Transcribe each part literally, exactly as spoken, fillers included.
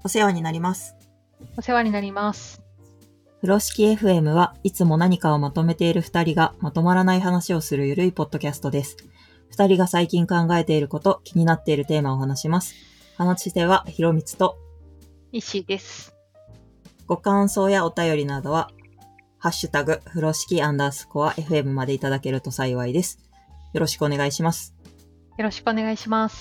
お世話になります。 お世話になります。 風呂敷 エフエム はいつも何かをまとめている二人がまとまらない話をするゆるいポッドキャストです。二人が最近考えていること、気になっているテーマを話します。話し手はひろみつと石井です。 ご感想やお便りなどはハッシュタグ風呂敷アンダースコア エフエム までいただけると幸いです。よろしくお願いします。 よろしくお願いします。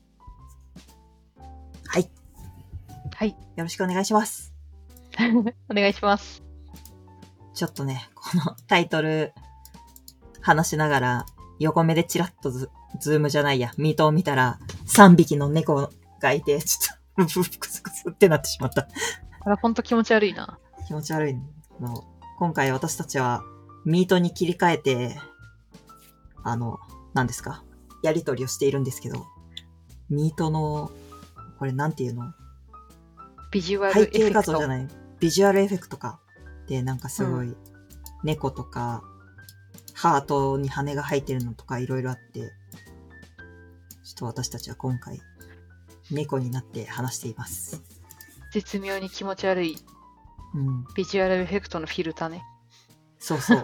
はい。 はい。 よろしくお願いします。 お願いします。 ちょっとね、このタイトル話しながら横目でチラッと ズ, ズームじゃないや、ミートを見たらさんびきの猫がいて、ちょっとブクスクスってなってしまった。 あら、ほんと気持ち悪いな。 気持ち悪いの。今回私たちはミートに切り替えて、あの、何ですか、やりとりをしているんですけど、ミートの、これなんていうの？ ビジュアルエフェクト。 背景画像じゃない。ビジュアルエフェクトか。で、なんかすごい、猫とか、ハートに羽が生えてるのとかいろいろあって、ちょっと私たちは今回、猫になって話しています。 絶妙に気持ち悪い、 うん、 ビジュアルエフェクトのフィルターね。 そうそう。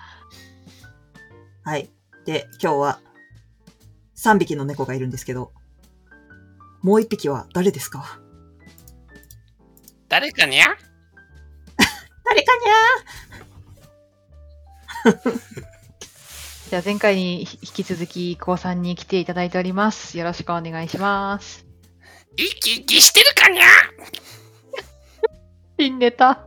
はい。で、今日はさんびきの猫がいるんですけど、もういっぴきは誰ですか？ 誰かにゃ誰かにゃーじゃあ前回に引き続き、こうさんに来ていただいております。よろしくお願いします。 生き生きしてるかにゃ新ネタ。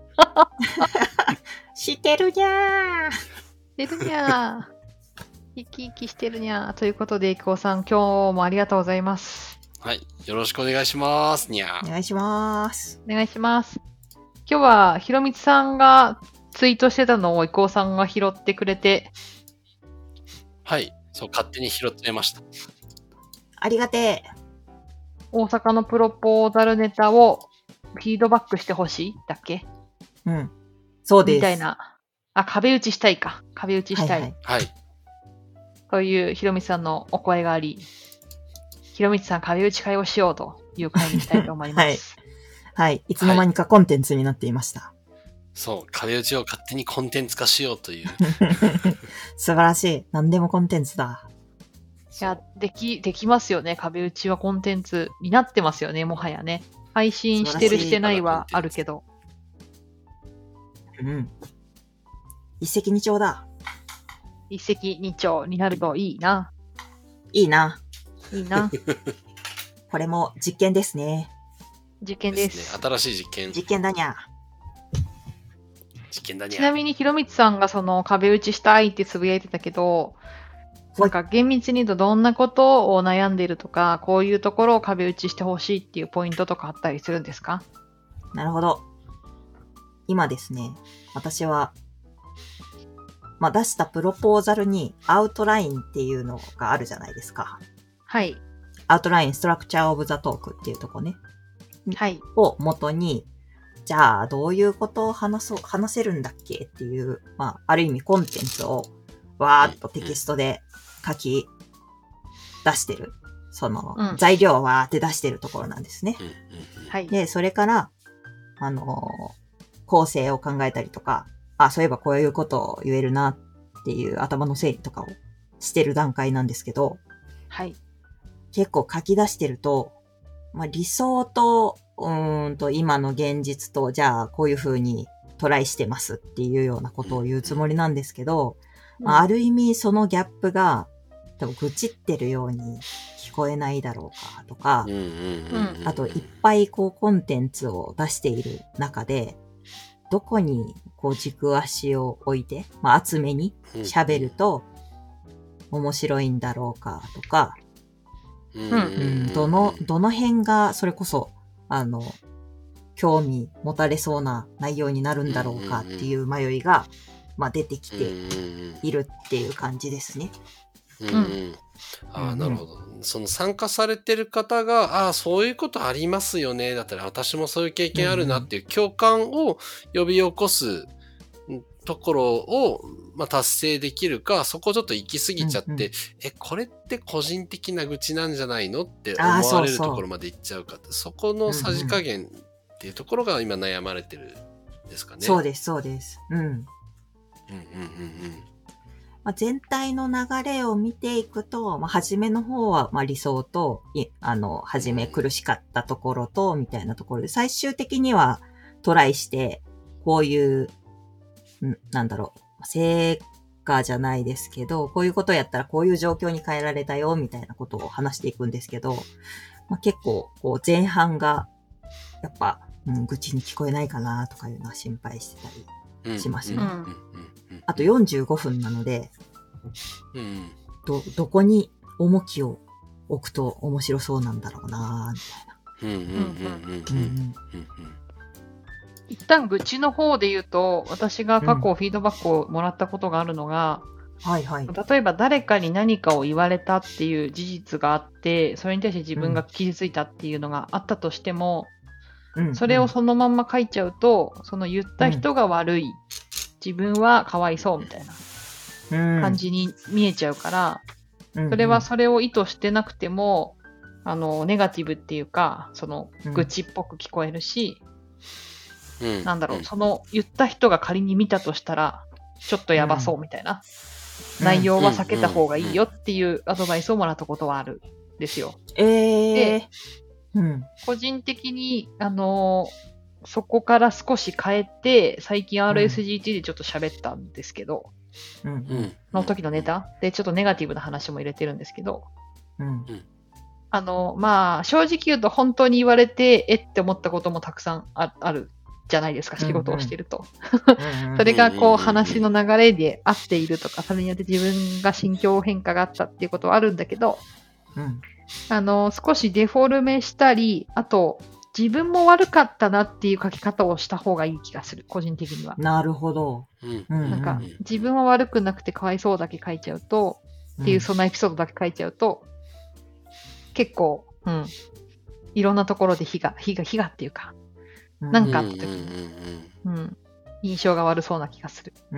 してるにゃーしてるにゃー。生き生きしてるにゃー。ということで、こうさん、今日もありがとうございます。 はい。よろしくお願いします。にゃお願いします。 お願いします。今日は、ひろみつさんがツイートしてたのを、いこうさんが拾ってくれて。 はい。そう、勝手に拾ってました。 ありがてえ。 大阪のプロポーザルネタをフィードバックしてほしいだっけ？ うん。そうです。 みたいな。あ、壁打ちしたいか。壁打ちしたい。 はい、はい。 というひろみつさんのお声があり、ひろみつさん壁打ち会をしようという会にしたいと思います。 はい。はい。いつの間にかコンテンツになっていました。はい、 そう。壁打ちを勝手にコンテンツ化しようという。 素晴らしい。何でもコンテンツだ。 いや、でき、できますよね。壁打ちはコンテンツになってますよね。もはやね。配信してるしてないはあるけど。 うん。一石二鳥だ。 一石二鳥になるといいな。 いいな。 いいな。 これも実験ですね。 実験です。 ですね。新しい実験。 実験だにゃ。 実験だにゃ。 ちなみにひろみつさんがその壁打ちしたいってつぶやいてたけど、なんか厳密に言うとどんなことを悩んでいるとか、こういうところを壁打ちしてほしいっていうポイントとかあったりするんですか？ なるほど。今ですね、私は、まあ、出したプロポーザルにアウトラインっていうのがあるじゃないですか。 はい。 アウトライン、ストラクチャーオブザトークっていうとこね。 はい。 を元に、じゃあどういうことを話そう、話せるんだっけっていう、まあ、ある意味コンテンツをわーっとテキストで書き出してる。その、うん、材料をわーって出してるところなんですね。 はい。 で、それから、あのー、構成を考えたりとか、あ、そういえばこういうことを言えるなっていう頭の整理とかをしてる段階なんですけど、 はい。 結構書き出してると、まあ、理想と、うーんと今の現実と、じゃあこういう風にトライしてますっていうようなことを言うつもりなんですけど、うん、まあ、ある意味そのギャップが多分愚痴ってるように聞こえないだろうかとか、あといっぱいこうコンテンツを出している中で、どこにこう軸足を置いて、まあ、厚めに喋ると面白いんだろうかとか、うんうん、どの、どの辺がそれこそ、あの、興味持たれそうな内容になるんだろうかっていう迷いが、まあ、出てきているっていう感じですね。 うんうん、ああ、なるほど。その参加されてる方が、ああ、そういうことありますよね。だったら私もそういう経験あるなっていう共感を呼び起こすところを、まあ、達成できるか、そこちょっと行き過ぎちゃって、 うんうん、 え、これって個人的な愚痴なんじゃないのってああ、 思われるそうそう。 ところまで行っちゃうかって、そこのさじ加減っていうところが今悩まれてるんですかね。 そうです、そうです。うん。 うんうんうんうんまあ、全体の流れを見ていくと、まあ、初めの方は、まあ、理想と、いあの、初め苦しかったところと、みたいなところで、最終的にはトライして、こういう、んなんだろう、成果じゃないですけど、こういうことやったらこういう状況に変えられたよ、みたいなことを話していくんですけど、まあ、結構、こう、前半が、やっぱ、うん、愚痴に聞こえないかな、とかいうのは心配してたりしますね。 うんうんあとよんじゅうごふんなので、 うんうんど、どこに重きを置くと面白そうなんだろうなみうんうんうんうんうんたいな。うん一旦愚痴の方で言うと、私が過去フィードバックをもらったことがあるのが、 はいはい。 例えば誰かに何かを言われたっていう事実があって、それに対して自分が傷ついたっていうのがあったとしても、 うんそれをそのまんま書いちゃうと、その言った人が悪い、自分はかわいそうみたいな感じに見えちゃうから、 うん、 それはそれを意図してなくても、あの、ネガティブっていうか、その、愚痴っぽく聞こえるし、 うんなんだろう、その言った人が仮に見たとしたら、ちょっとやばそうみたいな、 うん内容は避けた方がいいよっていうアドバイスをもらったことはあるんですよ。 えーで、 うん、 個人的に、あのそこから少し変えて、最近 アールエスジーティー でちょっと喋ったんですけど、 うん、 うんの時のネタでちょっとネガティブな話も入れてるんですけど、 うん、 あの、まあ、正直言うと本当に言われて、えって思ったこともたくさんああるじゃないですか、仕事をしていると。 うん、 それがこう話の流れで合っているとか、それによって自分が心境変化があったっていうことはあるんだけど、 うん、 あの、少しデフォルメしたり、あと、自分も悪かったなっていう書き方をした方がいい気がする、個人的には。 なるほど。 うんうんなんかうん、 自分は悪くなくてかわいそうだけ書いちゃうと、っていうそんなエピソードだけ書いちゃうと、結構、うん、いろんなところで火が、火が、火がっていうか、なんかあった時に、うん、印象が悪そうな気がする。 うん、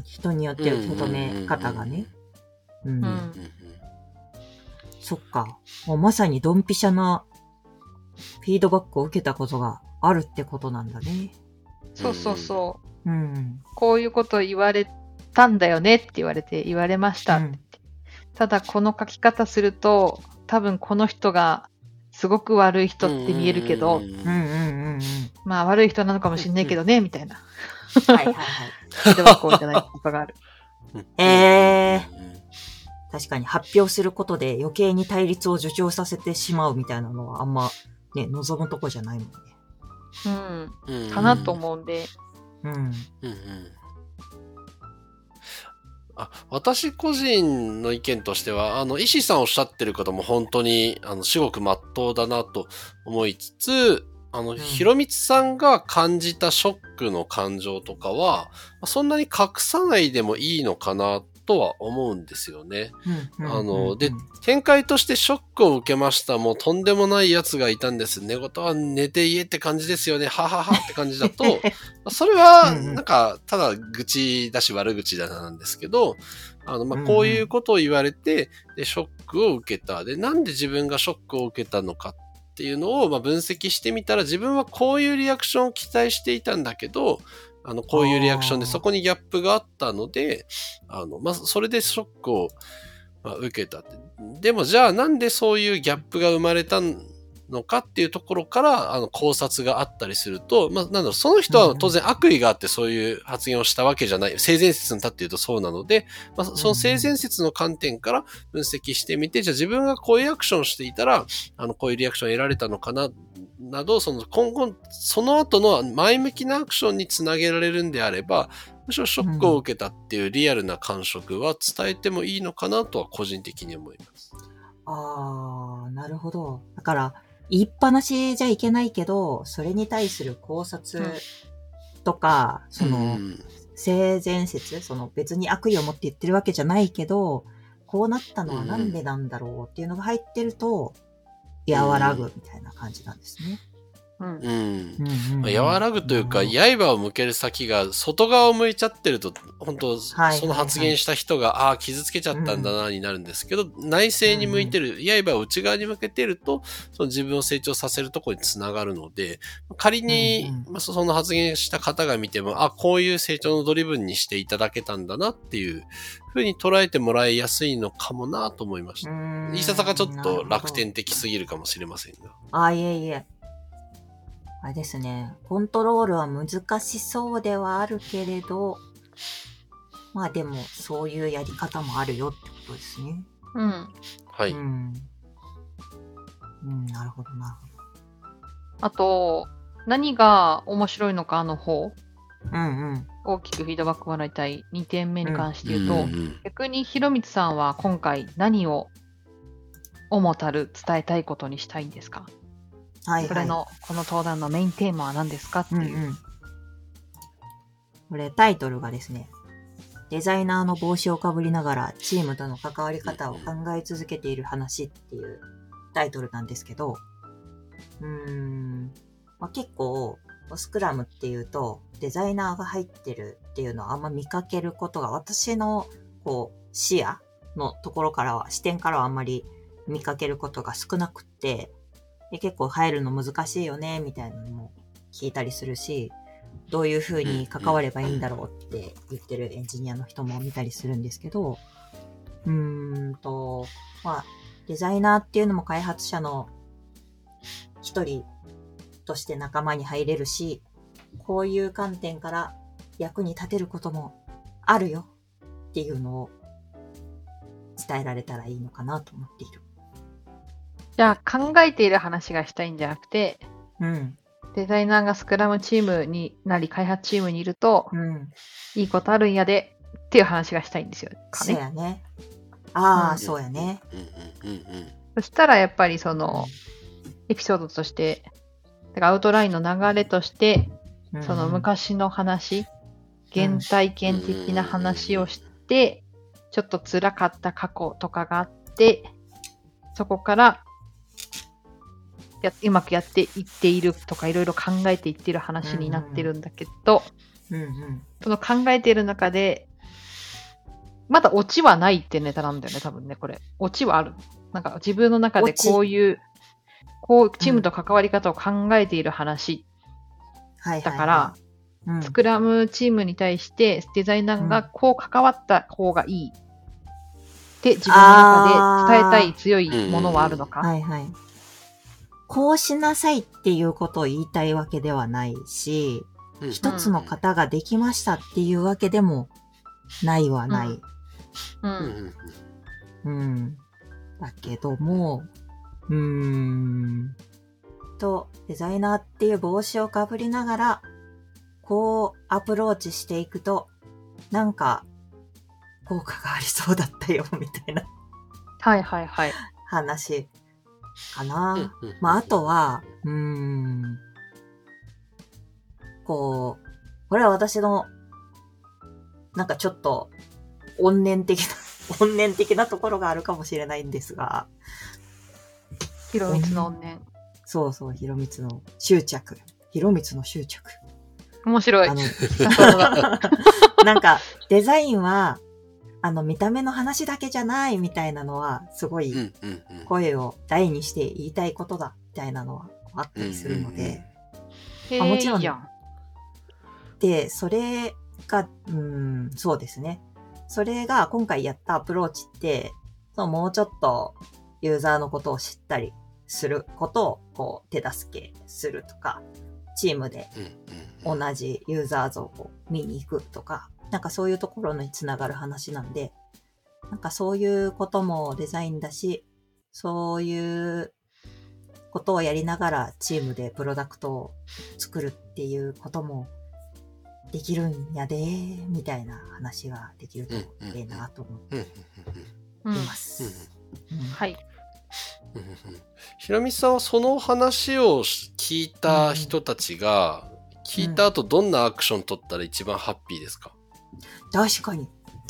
人によって受け止め方がね。うんうん。 そっか。もうまさにドンピシャなフィードバックを受けたことがあるってことなんだね。 そうそうそう。 うん。 こういうこと言われたんだよねって言われて、言われましたって言って。 うんただ、この書き方すると、多分この人がすごく悪い人って見えるけど、 うんうんうんうん。 まあ悪い人なのかもしれないけどね、みたいな。 はいはいはい。 フィードバックをいただいたことがある。 ええー。確かに発表することで余計に対立を助長させてしまうみたいなのはあんまね、望むとこじゃないもんね。 うん。かなと思うんで。 うん。 うんうんあ私個人の意見としては、あの、石井さんおっしゃってることも本当に、あの、至極真っ当だなと思いつつ、あの、 んひろみつさんが感じたショックの感情とかは、そんなに隠さないでもいいのかなとは思うんですよね。 うんうんあの、でうん、 展開としてショックを受けました。もうとんでもないやつがいたんです。寝言は寝て言えって感じですよね。はははって感じだと、それは、なんか、ただ愚痴だし悪口だなんですけど、あの、まあ、こういうことを言われて、で、ショックを受けた。で、なんで自分がショックを受けたのかっていうのを、まあ、分析してみたら、自分はこういうリアクションを期待していたんだけど、あの、こういうリアクションでそこにギャップがあったので、あの、まあ、それでショックを、まあ、受けたって。でもじゃあなんでそういうギャップが生まれたのかっていうところからあの考察があったりすると、まあ、なんだろう、その人は当然悪意があってそういう発言をしたわけじゃない。性善説に立っているとそうなので、まあ、その性善説の観点から分析してみて、じゃあ自分がこういうアクションしていたら、あの、こういうリアクションを得られたのかな、など、その今後、その後の前向きなアクションにつなげられるんであれば、むしろショックを受けたっていうリアルな感触は伝えてもいいのかなとは個人的に思います。 ああ、なるほど。だから、言いっぱなしじゃいけないけど、それに対する考察とか、うん、その、うん、性善説、その別に悪意を持って言ってるわけじゃないけど、こうなったのはなんでなんだろうっていうのが入ってると、和らぐみたいな感じなんですね。 うん。 うん。 うんうんまあ和らぐというか、刃を向ける先が外側を向いちゃってると、本当はいその発言した人が、ああ、傷つけちゃったんだな、になるんですけど、内政に向いてる、刃を内側に向けてると、その自分を成長させるところにつながるので、仮に、 うんまあ、その発言した方が見ても、あ、こういう成長のドリブンにしていただけたんだなっていうふうに捉えてもらいやすいのかもなと思いました。 うんいささかちょっと楽なる天的すぎるかもしれませんが。 ほどあ、いえいえ。あれですね。コントロールは難しそうではあるけれど、まあでも、そういうやり方もあるよってことですね。 うん。 はい。 うん。うん、なるほど、なるほあと、何が面白いのかの方、 ど。うんうん。 大きくフィードバックもらいたいにてんめに関して言うと、 うんうん逆にひろみつさんは今回何を主たる伝えたいことにしたいんですか？ はいはい。 これの、この登壇のメインテーマは何ですかっていう。 うんうん。これタイトルがですね、デザイナーの帽子をかぶりながらチームとの関わり方を考え続けている話っていうタイトルなんですけど、うーん、まあ、結構スクラムっていうとデザイナーが入ってるっていうのはあんま見かけることが私のこう視野のところからは視点からはあんまり見かけることが少なくって、で結構入るの難しいよねみたいなのも聞いたりするし、どういう風に関わればいいんだろうって言ってるエンジニアの人も見たりするんですけど、うーんと、まあ、デザイナーっていうのも開発者の一人として仲間に入れるし、こういう観点から役に立てることもあるよっていうのを伝えられたらいいのかなと思っている。 じゃあ考えている話がしたいんじゃなくて、 うん。 デザイナーがスクラムチームになり、開発チームにいると、 うん。 いいことあるんやでっていう話がしたいんですよ。かそうね。 やね。ああ、 うんそうやね。 うんうんうんうんそしたらやっぱりそのエピソードとして、てかアウトラインの流れとして、 うんその昔の話、原体験的な話をして、ちょっと辛かった過去とかがあって、そこからやうまくやっていっているとかいろいろ考えていっている話になってるんだけど、 うんうん。 その考えている中で、まだオチはないってネタなんだよね、多分ね、これ。オチはある。なんか自分の中でこういう、こう、チームと関わり方を考えている話はいはいはい。 だから、 うん、 スクラムチームに対してデザイナーがこう関わった方がいいって自分の中で伝えたい強いものはあるのか？ はいはい。こうしなさいっていうことを言いたいわけではないし、 うん一つの型ができましたっていうわけでもないはない。 ううんん。 うん。だけども、うーん。と、デザイナーっていう帽子をかぶりながら、こうアプローチしていくと、なんか、効果がありそうだったよ、みたいなはいはいはい。 話かな。 うんまあ、あとは、うーん。こう、これは私の、なんかちょっと、怨念的な、怨念的なところがあるかもしれないんですが、 ひろみつの怨念。 そうそう、ひろみつの執着。ひろみつの執着。 面白い。 あの、なんか、デザインは、あの、見た目の話だけじゃないみたいなのは、すごい、 うんうんうん声を大にして言いたいことだ、みたいなのはあったりするので、 へあもちろんーいいやん。 で、それが、うーん、そうですね。それが今回やったアプローチって、そのもうちょっとユーザーのことを知ったりすることをこう手助けするとか、チームでうん同じユーザー像を見に行くとか、なんかそういうところにつながる話なんで、なんかそういうこともデザインだし、そういうことをやりながらチームでプロダクトを作るっていうこともできるんやでー、みたいな話ができるといいなと思ってうんうんうんいます。うんはい。 うんうんひろみさんはその話を聞いた人たちが、聞いた後どんなアクション取ったら一番ハッピーですか？ 確かに。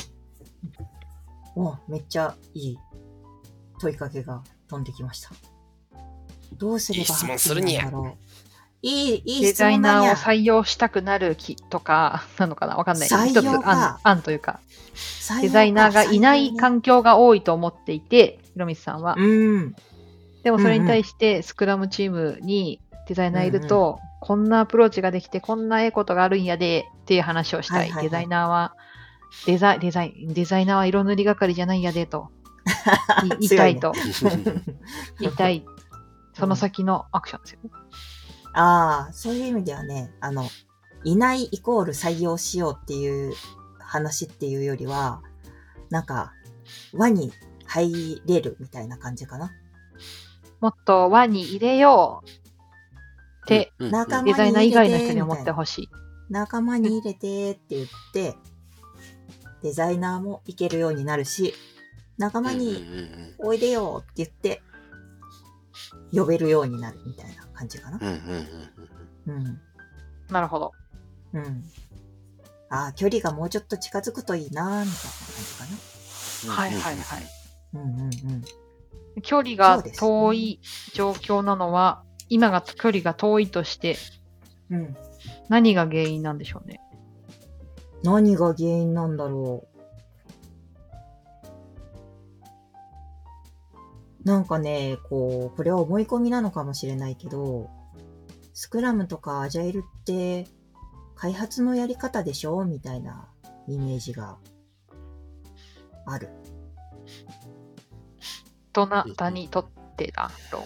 お、めっちゃいい問いかけが飛んできました。どうすればハッピーなんだろう。 いい、いいデザイ質問だにゃ。 ナーを採用したくなる気とか、なのかなわかんない。 採一つ用か案、案というか、 採用かデザイナーがいない採用ね環境が多いと思っていて、ひろみつさんは。 うん。 でもそれに対してスクラムチームにデザイナーいるうんと、こんなアプローチができて、こんなええことがあるんやでっていう話をしたい。 はいはいはいデザイナーは、デザデザイン、デザイナーは色塗り係じゃないんやでとい言いたいと。言いたい。その先のアクションですよね。 ああ、そういう意味ではね、あの、いないイコール採用しようっていう話っていうよりは、なんか、輪に入れるみたいな感じかな。 もっと輪に入れようって、 うん仲デザイナー以間に入れて外の人に思みたいな。 ってほしい。 仲間に入れてって言って、デザイナーもいけるようになるし、仲間においでよって言って、呼べるようになるみたいな感じかな。 うんうんうんうんうん。 なるほど。 うん。ああ、距離がもうちょっと近づくといいなーみたいな感じかはいはいはい。 な。うんうんうん。 距離が遠い状況なのは、今が距離が遠いとして、 うん。 何が原因なんでしょうね。 何が原因なんだろう。なんかね、こう、これは思い込みなのかもしれないけど、スクラムとかアジャイルって開発のやり方でしょみたいなイメージがある。 どなたにとってだろ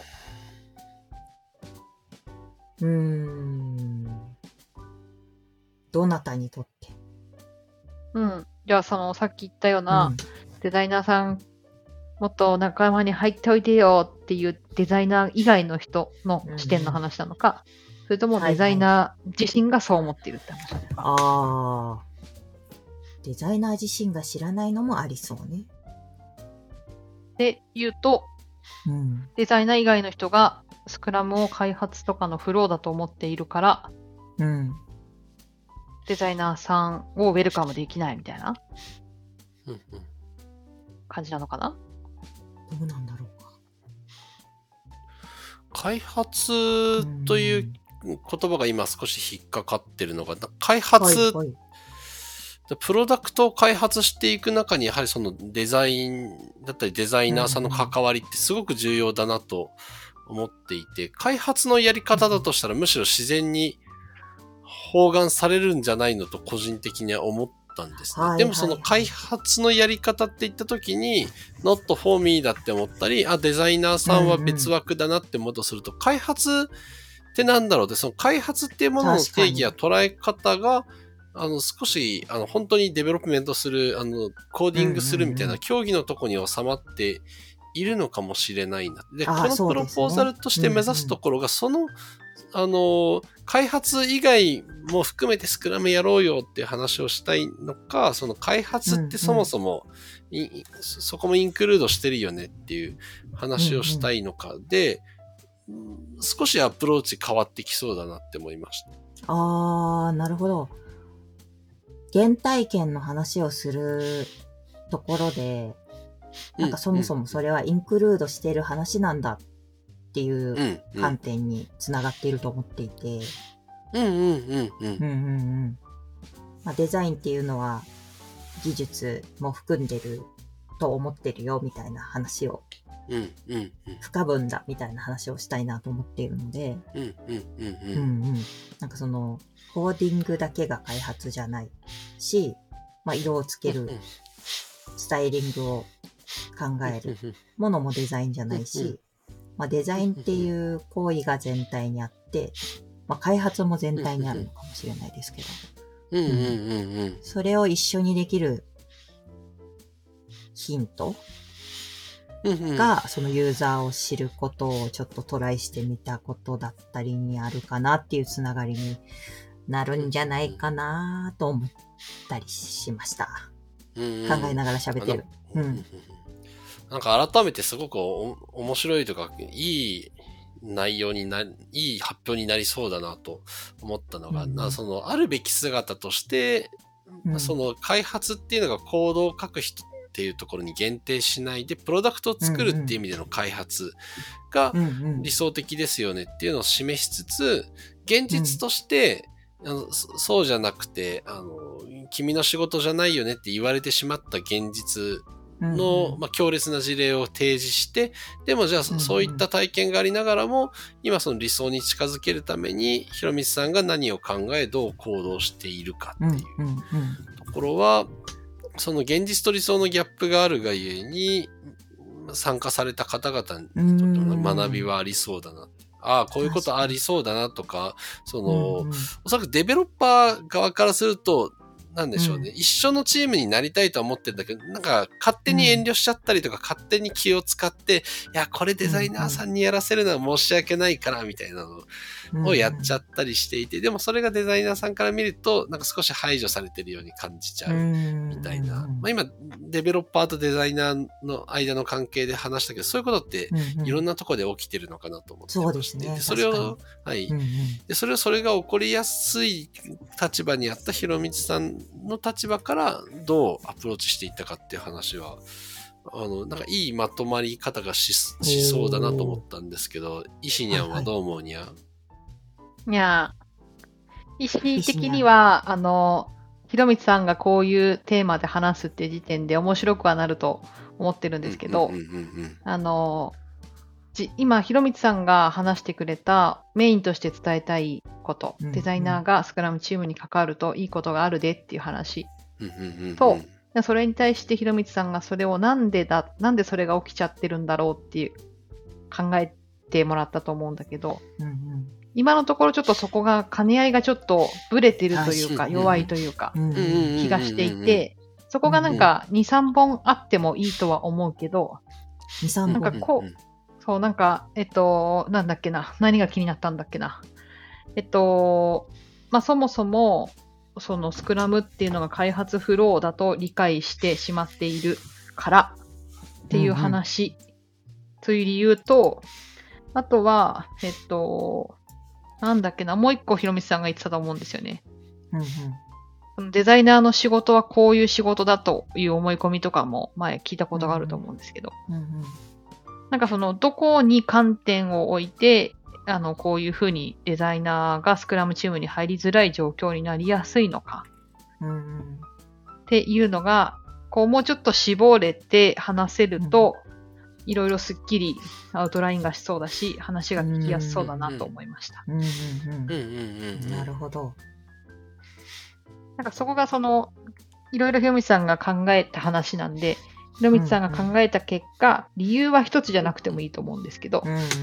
う。 うーん。どなたにとって。 うん。じゃあ、その、さっき言ったような、 うんデザイナーさん、もっと仲間に入っておいてよっていうデザイナー以外の人の視点の話なのか、それともデザイナー自身がそう思っているって話なのか。 ああ。デザイナー自身が知らないのもありそうね。 で言うと、 うん。 デザイナー以外の人がスクラムを開発とかのフローだと思っているから、 うん。 デザイナーさんをウェルカムできないみたいなうんうん感じなのかな。 どうなんだろうか。 開発という言葉が今少し引っかかってるのが、開発、 はいはい。 プロダクトを開発していく中にやはりそのデザインだったりデザイナーさんの関わりってすごく重要だなと思っていて、開発のやり方だとしたらむしろ自然に包含されるんじゃないのと個人的には思ったんですね。 はいはいはいでもその開発のやり方って言った時に not for me だって思ったり、あ、デザイナーさんは別枠だなって思うとすると、開発ってなんだろうって、その開発っていうものの定義や捉え方があの、少し、あの、本当にデベロップメントする、あの、コーディングするみたいな競技のとこに収まっているのかもしれないな。で、こあーのプロポーザルとして目指すところが、その、 そうあの、開発以外も含めてスクラムやろうよっていう話をしたいのか、その開発ってそもそも、いそこもインクルードしてるよねっていう話をしたいのかで、少しアプローチ変わってきそうだなって思いました。 あー、なるほど。原体験の話をするところで、なんかそもそもそれはインクルードしてる話なんだっていう観点につながっていると思っていて、 うんうんうんうん。 うんうんうんまあ、デザインっていうのは技術も含んでると思ってるよみたいな話を、 うんうんうん、 不可分だみたいな話をしたいなと思っているので、 うんうんうんうんうんうん、なんかそのコーディングだけが開発じゃないし、まあ、色をつける、スタイリングを考えるものもデザインじゃないし、まあ、デザインっていう行為が全体にあって、まあ、開発も全体にあるのかもしれないですけど、 うんうんうんうん、 それを一緒にできるヒントが、そのユーザーを知ることをちょっとトライしてみたことだったりにあるかなっていうつながりになるんじゃないかなと思ったりしました。 うんうん、 考えながら喋ってる。うん。 なんか改めてすごくお面白いとか、いい内容にな、いい発表になりそうだなと思ったのが、うん、そのあるべき姿として、うん、その開発っていうのがコードを書く人っていうところに限定しないで、プロダクトを作るっていう意味での開発が理想的ですよねっていうのを示しつつ、現実として、あのそうじゃなくて、あの、君の仕事じゃないよねって言われてしまった現実の、うんうん、まあ、強烈な事例を提示して、でもじゃあ、うんうん、そういった体験がありながらも、今その理想に近づけるために、ひろみつさんが何を考え、どう行動しているかっていうところは、その現実と理想のギャップがあるがゆえに、参加された方々にとっての学びはありそうだな。ああ、こういうことありそうだなとか、その、うんうん、おそらくデベロッパー側からすると、なんでしょうね、うん、一緒のチームになりたいとは思ってるんだけど、なんか勝手に遠慮しちゃったりとか、うん、勝手に気を使って、いや、これデザイナーさんにやらせるのは申し訳ないから、みたいなのをやっちゃったりしていて、でもそれがデザイナーさんから見ると、なんか少し排除されてるように感じちゃう、みたいな。まあ、今、デベロッパーとデザイナーの間の関係で話したけど、そういうことっていろんなところで起きてるのかなと思ってまして、そうですね、それを、はい、うんうん、で、それをそれが起こりやすい立場にあったひろみつさんの立場からどうアプローチしていったかっていう話は、あの、なんかいいまとまり方が し, しそうだなと思ったんですけど、石にゃんはどう思うにゃん、はいはい、 いや、石的には、あの、ひろみつさんがこういうテーマで話すっていう時点で面白くはなると思ってるんですけど、あの、今、ひろみつさんが話してくれたメインとして伝えたいこと、うんうん、デザイナーがスクラムチームに関わるといいことがあるでっていう話と、それに対してひろみつさんがそれをなんでだ、なんでそれが起きちゃってるんだろうっていう考えてもらったと思うんだけど、うんうん、今のところちょっとそこが兼ね合いがちょっとブレてるというか弱いというか気がしていて、そこがなんかに、さんぼんあってもいいとは思うけど、 に、さんぼんなんかこう、そう、なんか、えっと、なんだっけな。何が気になったんだっけな。えっと、まあ、そもそも、そのスクラムっていうのが開発フローだと理解してしまっているからっていう話という理由と、うんうん、あとは、えっと、なんだっけな。もう一個ひろみつさんが言ってたと思うんですよね。うんうん、デザイナーの仕事はこういう仕事だという思い込みとかも前聞いたことがあると思うんですけど。うんうんうん、なんかそのどこに観点を置いてあのこういうふうにデザイナーがスクラムチームに入りづらい状況になりやすいのか、うんうん、っていうのがこうもうちょっと絞れて話せると、うん、いろいろすっきりアウトラインがしそうだし話が聞きやすそうだなと思いました。 なるほど。 なんかそこがそのいろいろひろみつさんが考えた話なんで、ひろみつさんが考えた結果、うんうん、理由は一つじゃなくてもいいと思うんですけど、うんうんうん、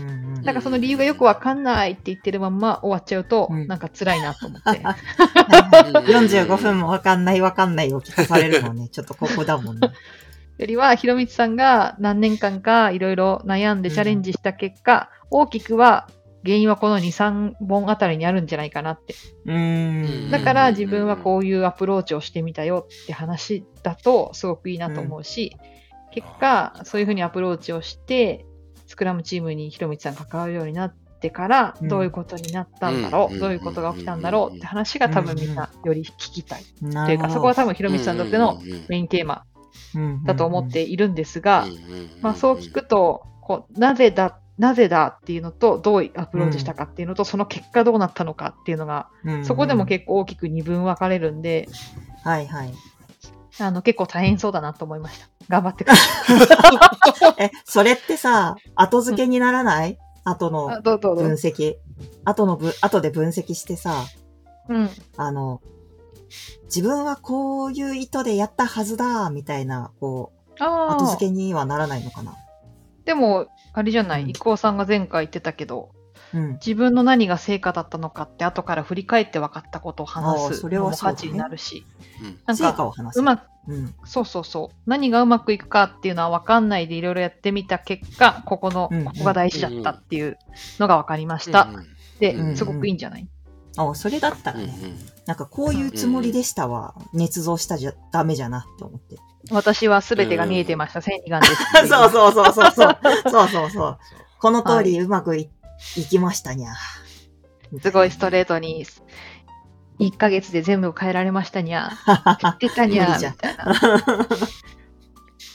なんかその理由がよくわかんないって言ってるまんま終わっちゃうと、うん、なんか辛いなと思って。 よんじゅうごふんもわかんないわかんないを聞かされるのね、ちょっとここだもんね。 よりは、ひろみつさんが何年間かいろいろ悩んでチャレンジした結果、うん、大きくは原因はこのに、さんぼんあたりにあるんじゃないかなって。うーんだから自分はこういうアプローチをしてみたよって話だとすごくいいなと思うし、うん、結果そういうふうにアプローチをしてスクラムチームにひろみつさんが関わるようになってからどういうことになったんだろう、うん、どういうことが起きたんだろうって話が多分みんなより聞きたい。うん、というかそこは多分ひろみつさんにとってのメインテーマだと思っているんですが、まあ、そう聞くとこうなぜだなぜだっていうのとどうアプローチしたかっていうのと、うん、その結果どうなったのかっていうのが、うんうん、そこでも結構大きく二分分かれるんで、 はいはい、 あの結構大変そうだなと思いました。頑張ってください。え、それってさ、後付けにならない？うん、後の分析。後のぶ後で分析してさ、うん、あの自分はこういう意図でやったはずだみたいなこう後付けにはならないのかな。 でもあれじゃない、伊藤さんが前回言ってたけど、うん、自分の何が成果だったのかって後から振り返って分かったことを話すのも価値になるし、 なんか成果を話す。 うまく、うん、そうそうそう、何がうまくいくかっていうのは分かんないでいろいろやってみた結果、ここの、うん、ここが大事だったっていうのが分かりました。うん、で、うん、すごくいいんじゃない？ あ、それだったらね、うん、なんかこういうつもりでしたは捏造したじゃダメじゃなって思って。 私は全てが見えてました。千里眼です。 そうそうそうそうそう。そうそうそう。この通りうまく い,、はい、いきましたにゃ。 すごいストレートにいっかげつで全部変えられましたにゃ。言ってたにゃみたいな。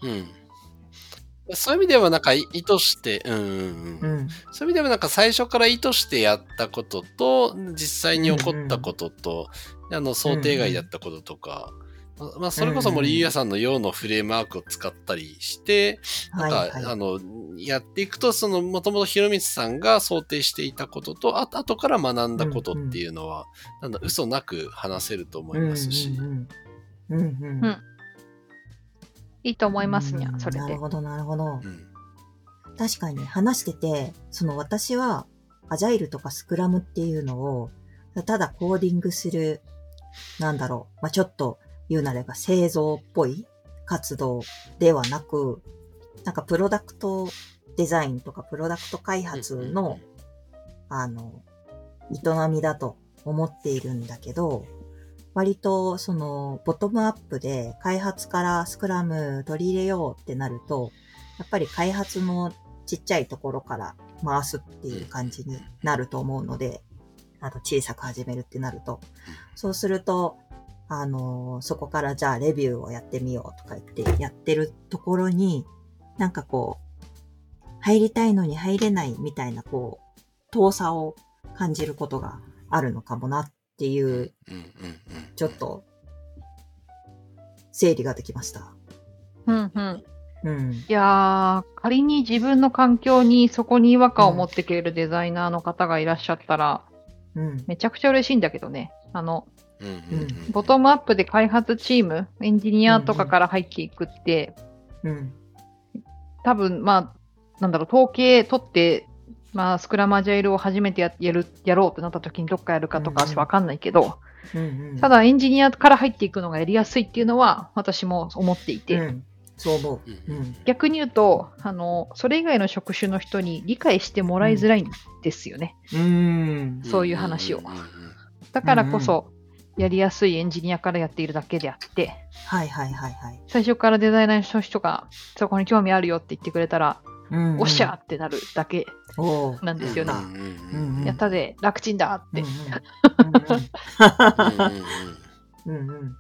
うんそういう意味ではなんか意図して、うんうんうんうん。 そういう意味ではなんか最初から意図してやったことと、実際に起こったことと、あの想定外だったこととか、ままあそれこそ森優也さんのようのフレームワークを使ったりして、なんか、 はいはい。 あの、やっていくと、その、もともと広光さんが想定していたことと、あ後から学んだことっていうのは、なんだ、嘘なく話せると思いますし。 うんうんうん。うんうんうんいいと思いますにゃう、んそれで。 なるほど、なるほど。 うん確かに話してて、その私は、アジャイルとかスクラムっていうのを、ただコーディングする、なんだろう、まあ、ちょっと言うなれば製造っぽい活動ではなく、なんかプロダクトデザインとかプロダクト開発の、あの、営みだと思っているんだけど、割とそのボトムアップで開発からスクラム取り入れようってなると、やっぱり開発のちっちゃいところから回すっていう感じになると思うので、あと小さく始めるってなると、そうすると、あの、そこからじゃあレビューをやってみようとか言ってやってるところに、なんかこう、入りたいのに入れないみたいなこう、遠さを感じることがあるのかもなっていう、ちょっと、整理ができました。 うんうん。 うん。 いやー、仮に自分の環境にそこに違和感を持ってくれるデザイナーの方がいらっしゃったら、 うん。 めちゃくちゃ嬉しいんだけどね。あの、 うんうんうんボトムアップで開発チーム、エンジニアとかから入っていくって、 うん。 多分、まあ、なんだろう、統計取って、まあ、スクラムアジャイルを初めてややるやろうってなった時にどっかやるかとかうんうん私わかんないけど、 うんうん。 ただエンジニアから入っていくのがやりやすいっていうのは私も思っていて、 うん、そう思う。 ううんん。 逆に言うと、あの、それ以外の職種の人に理解してもらいづらいんですよね。 うーん。 そういう話をんんんんだからこそ、やりやすいエンジニアからやっているだけであって、 はいはいはいはい。 最初からデザイナーの人がそこに興味あるよって言ってくれたら、 うんうん、 おっしゃーってなるだけおーなんですよね。 うんうんうんうんやったで、楽ちんだって。 うんうんうんうんうん。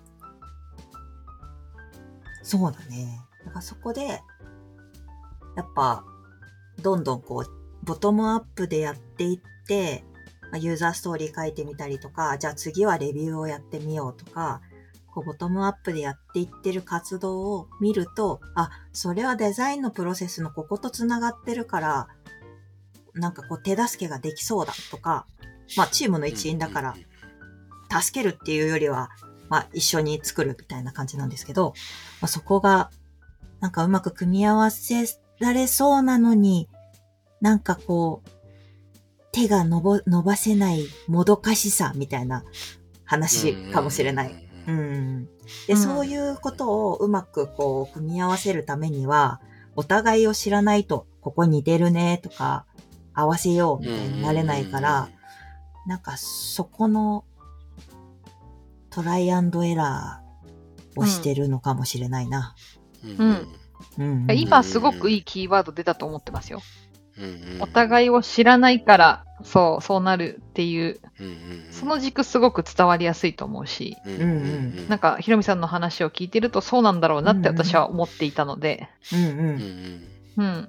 そうだね。だからそこで、やっぱ、どんどんこう、ボトムアップでやっていって、まあユーザーストーリー書いてみたりとか、じゃあ次はレビューをやってみようとか、こうボトムアップでやっていってる活動を見ると、あ、それはデザインのプロセスのこことつながってるから、なんかこう手助けができそうだとか、まあチームの一員だから、助けるっていうよりは、まあ一緒に作るみたいな感じなんですけど、まあ、そこが、なんかうまく組み合わせられそうなのに、なんかこう、手が伸ぼ伸ばせないもどかしさみたいな話かもしれない。うん。で、 うんそういうことをうまくこう、組み合わせるためには、お互いを知らないと、ここ似てるねとか、合わせようみたいになれないから、なんかそこのトライアンドエラーをしてるのかもしれないな。 うんうんうん、 今すごくいいキーワード出たと思ってますよ。 うんうんお互いを知らないから、そう、そうなるっていう、 うんうんうんその軸すごく伝わりやすいと思うし、 うんうんうんなんか、ひろみさんの話を聞いてるとそうなんだろうなって私は思っていたので、 うんううんうんん。 うん。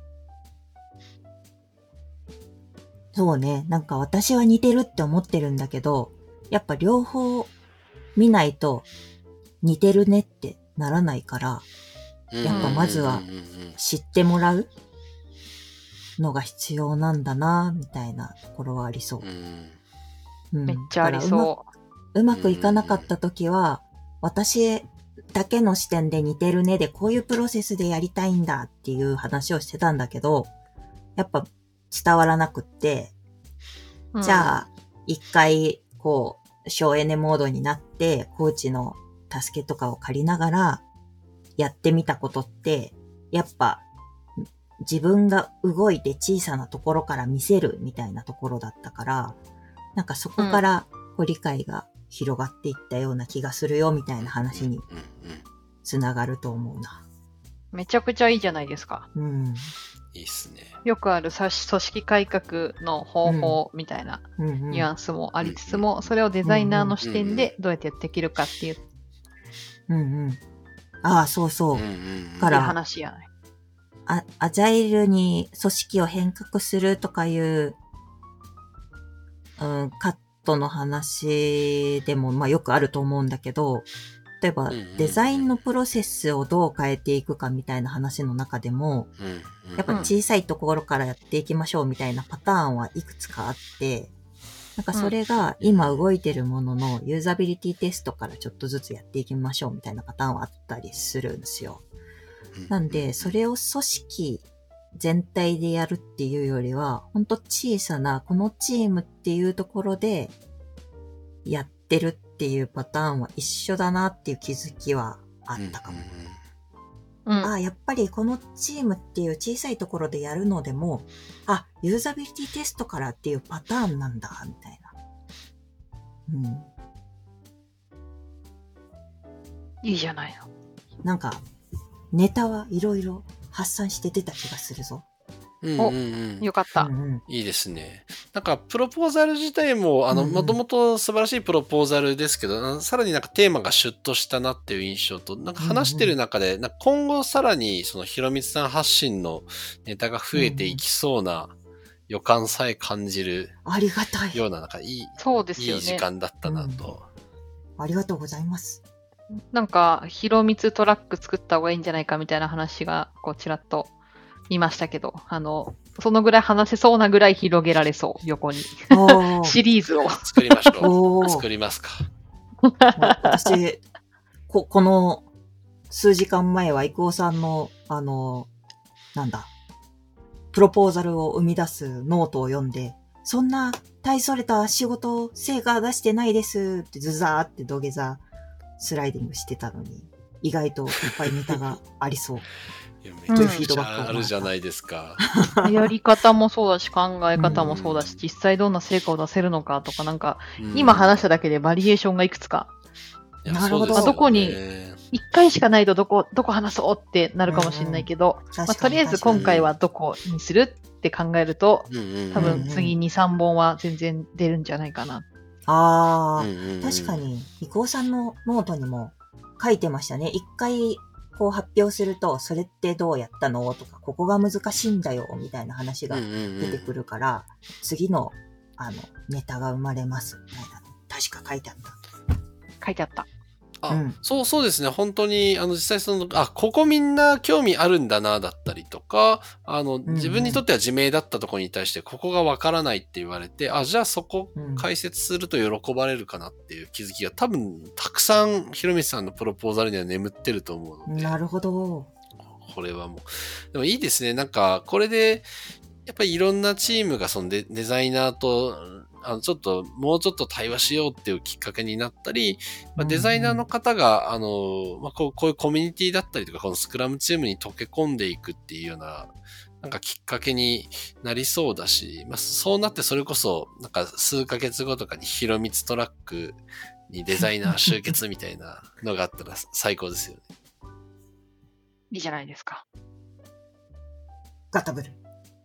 そうね。なんか私は似てるって思ってるんだけど、やっぱ両方見ないと似てるねってならないから、やっぱまずは知ってもらうのが必要なんだな、みたいなところはありそう。うん、 めっちゃありそううまくいかなかった時は、私だけの視点で似てるねで、こういうプロセスでやりたいんだっていう話をしてたんだけど、やっぱ伝わらなくって、 う。 じゃあ、一回、こう、省エネモードになって、コーチの助けとかを借りながら、やってみたことって、やっぱ、自分が動いて小さなところから見せるみたいなところだったから、なんかそこからこう理解が広がっていったような気がするよみたいな話につながると思うな。 めちゃくちゃいいじゃないですか。 うん。 いいっすね。 よくある組織改革の方法みたいなうんうん、 ニュアンスもありつつも、それをデザイナーの視点でどうやってやっていけるかっていう。 うんうん。 ああ、そうそう。 うんうんうんからいい話やない。 あ、アジャイルに組織を変革するとかいう、うん、カットの話でも、まあよくあると思うんだけど、例えばうんうんうんデザインのプロセスをどう変えていくかみたいな話の中でも、 うんうんやっぱ小さいところからやっていきましょうみたいなパターンはいくつかあって、なんかそれが今動いてるもののユーザビリティテストからちょっとずつやっていきましょうみたいなパターンはあったりするんですよ。なんで、それを組織全体でやるっていうよりは、ほんと小さなこのチームっていうところでやってるっていうパターンは一緒だなっていう気づきはあったかも。 うんうんうん。 ああ、やっぱりこのチームっていう小さいところでやるのでも、あ、ユーザビリティテストからっていうパターンなんだ、みたいな。うん。 いいじゃないの。 なんか、ネタはいろいろ発散して出た気がするぞ。 うんうんうんよかった。 うんうん。 いいですね。なんか、プロポーザル自体も、あの、 うんうんもともと素晴らしいプロポーザルですけど、あのさらになんかテーマがシュッとしたなっていう印象と、なんか話してる中で、なんか今後さらに、その、ひろみつさん発信のネタが増えていきそうな予感さえ感じるありがたい。 ような、なんかいい、 そうですよね。 いい時間だったなと。 ありがとうございます。 なんか、ひろみつトラック作った方がいいんじゃないかみたいな話が、こう、ちらっと見ましたけど、あの、そのぐらい話せそうなぐらい広げられそう、横に。 おーシリーズを。 作りましょう。 おー作りますか。 私、こ、この数時間前は、イクオさんの、あの、なんだ、プロポーザルを生み出すノートを読んで、そんな大それた仕事、成果出してないですってズザーって土下座スライディングしてたのに、意外といっぱいネタがありそう。 いやめうんちゃくちゃあるじゃないですか。 やり方もそうだし、考え方もそうだし、実際どんな成果を出せるのかとか、なんか、今話しただけでバリエーションがいくつか、 うんなるほどいやそうですよねどこに一回しかないとどこ、どこ話そうってなるかもしれないけど、まあ、 確かにとりあえず今回はどこにするって考えると、 うんうん多うん分次に、さんぼんは全然出るんじゃないかな。 あうんうんうんあ、確かに、イクオさんのノートにも書いてましたね。一回、こう発表すると、それってどうやったのとか、ここが難しいんだよ、みたいな話が出てくるから、次の、あの、ネタが生まれます、みたいな。確か書いてあった。 書いてあった。 あ、 うんそうそうですね。本当に、あの、実際その、あ、ここみんな興味あるんだな、だったりとか、あの、 うん自分にとっては自明だったところに対して、ここがわからないって言われて、あ、じゃあそこうん解説すると喜ばれるかなっていう気づきが多分、たくさん、ひろみさんのプロポーザルには眠ってると思うので、 なるほど。 これはもう。でもいいですね。なんか、これで、やっぱりいろんなチームがそのデデザイナーと、あの、ちょっと、もうちょっと対話しようっていうきっかけになったり、まあ、デザイナーの方が、あの、まあ、こう、こういうコミュニティだったりとか、このスクラムチームに溶け込んでいくっていうような、なんかきっかけになりそうだし、まあ、そうなってそれこそ、なんか数ヶ月後とかにヒロミツトラックにデザイナー集結みたいなのがあったら最高ですよね。 いいじゃないですか。 ガタブル。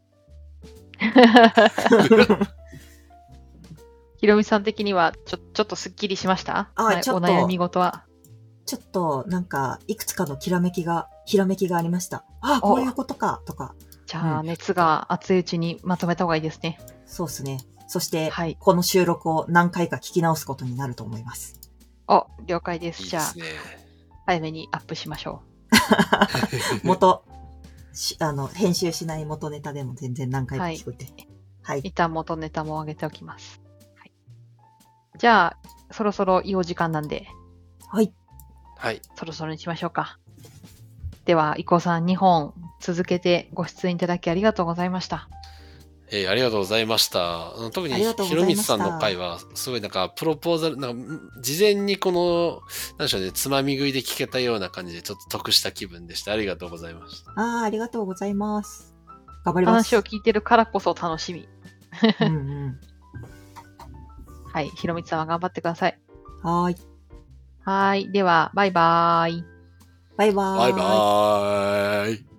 ひろみさん的にはちょ、ちょっとスッキリしましたなあちょっとお悩み事は。 ちょっと、なんか、いくつかのきらめきが、ひらめきがありました。ああ、こういうことか、とか。 じゃあ、 うん熱が熱いうちにまとめた方がいいですね。 そうですね。そして、 はいこの収録を何回か聞き直すことになると思います。 お、了解です。じゃあいいです、ね。 早めにアップしましょ元、しあの、編集しない元ネタでも全然何回か聞こえて。はい。 う。一旦元ネタも上げておきます。はい、じゃあ、そろそろいいお時間なんで、 はい。 はい。 そろそろにしましょうか。では、伊藤さん、にほん続けてご出演いただきありがとうございました。 えーありがとうございました。あの特にありがとうごひろみつざいましたさんの回は、すごいなんか、プロポーザル、なんか、ん事前にこの、なんでしょうね、つまみ食いで聞けたような感じで、ちょっと得した気分でした。ありがとうございました。 ああ、ありがとうございます。頑張ります。 話を聞いてるからこそ楽しみ。 うんうん。 はい、ひろみつさんは頑張ってください。 はーい。 はーい。では、バイバーイ。 バイバーイ。 バイバーイ。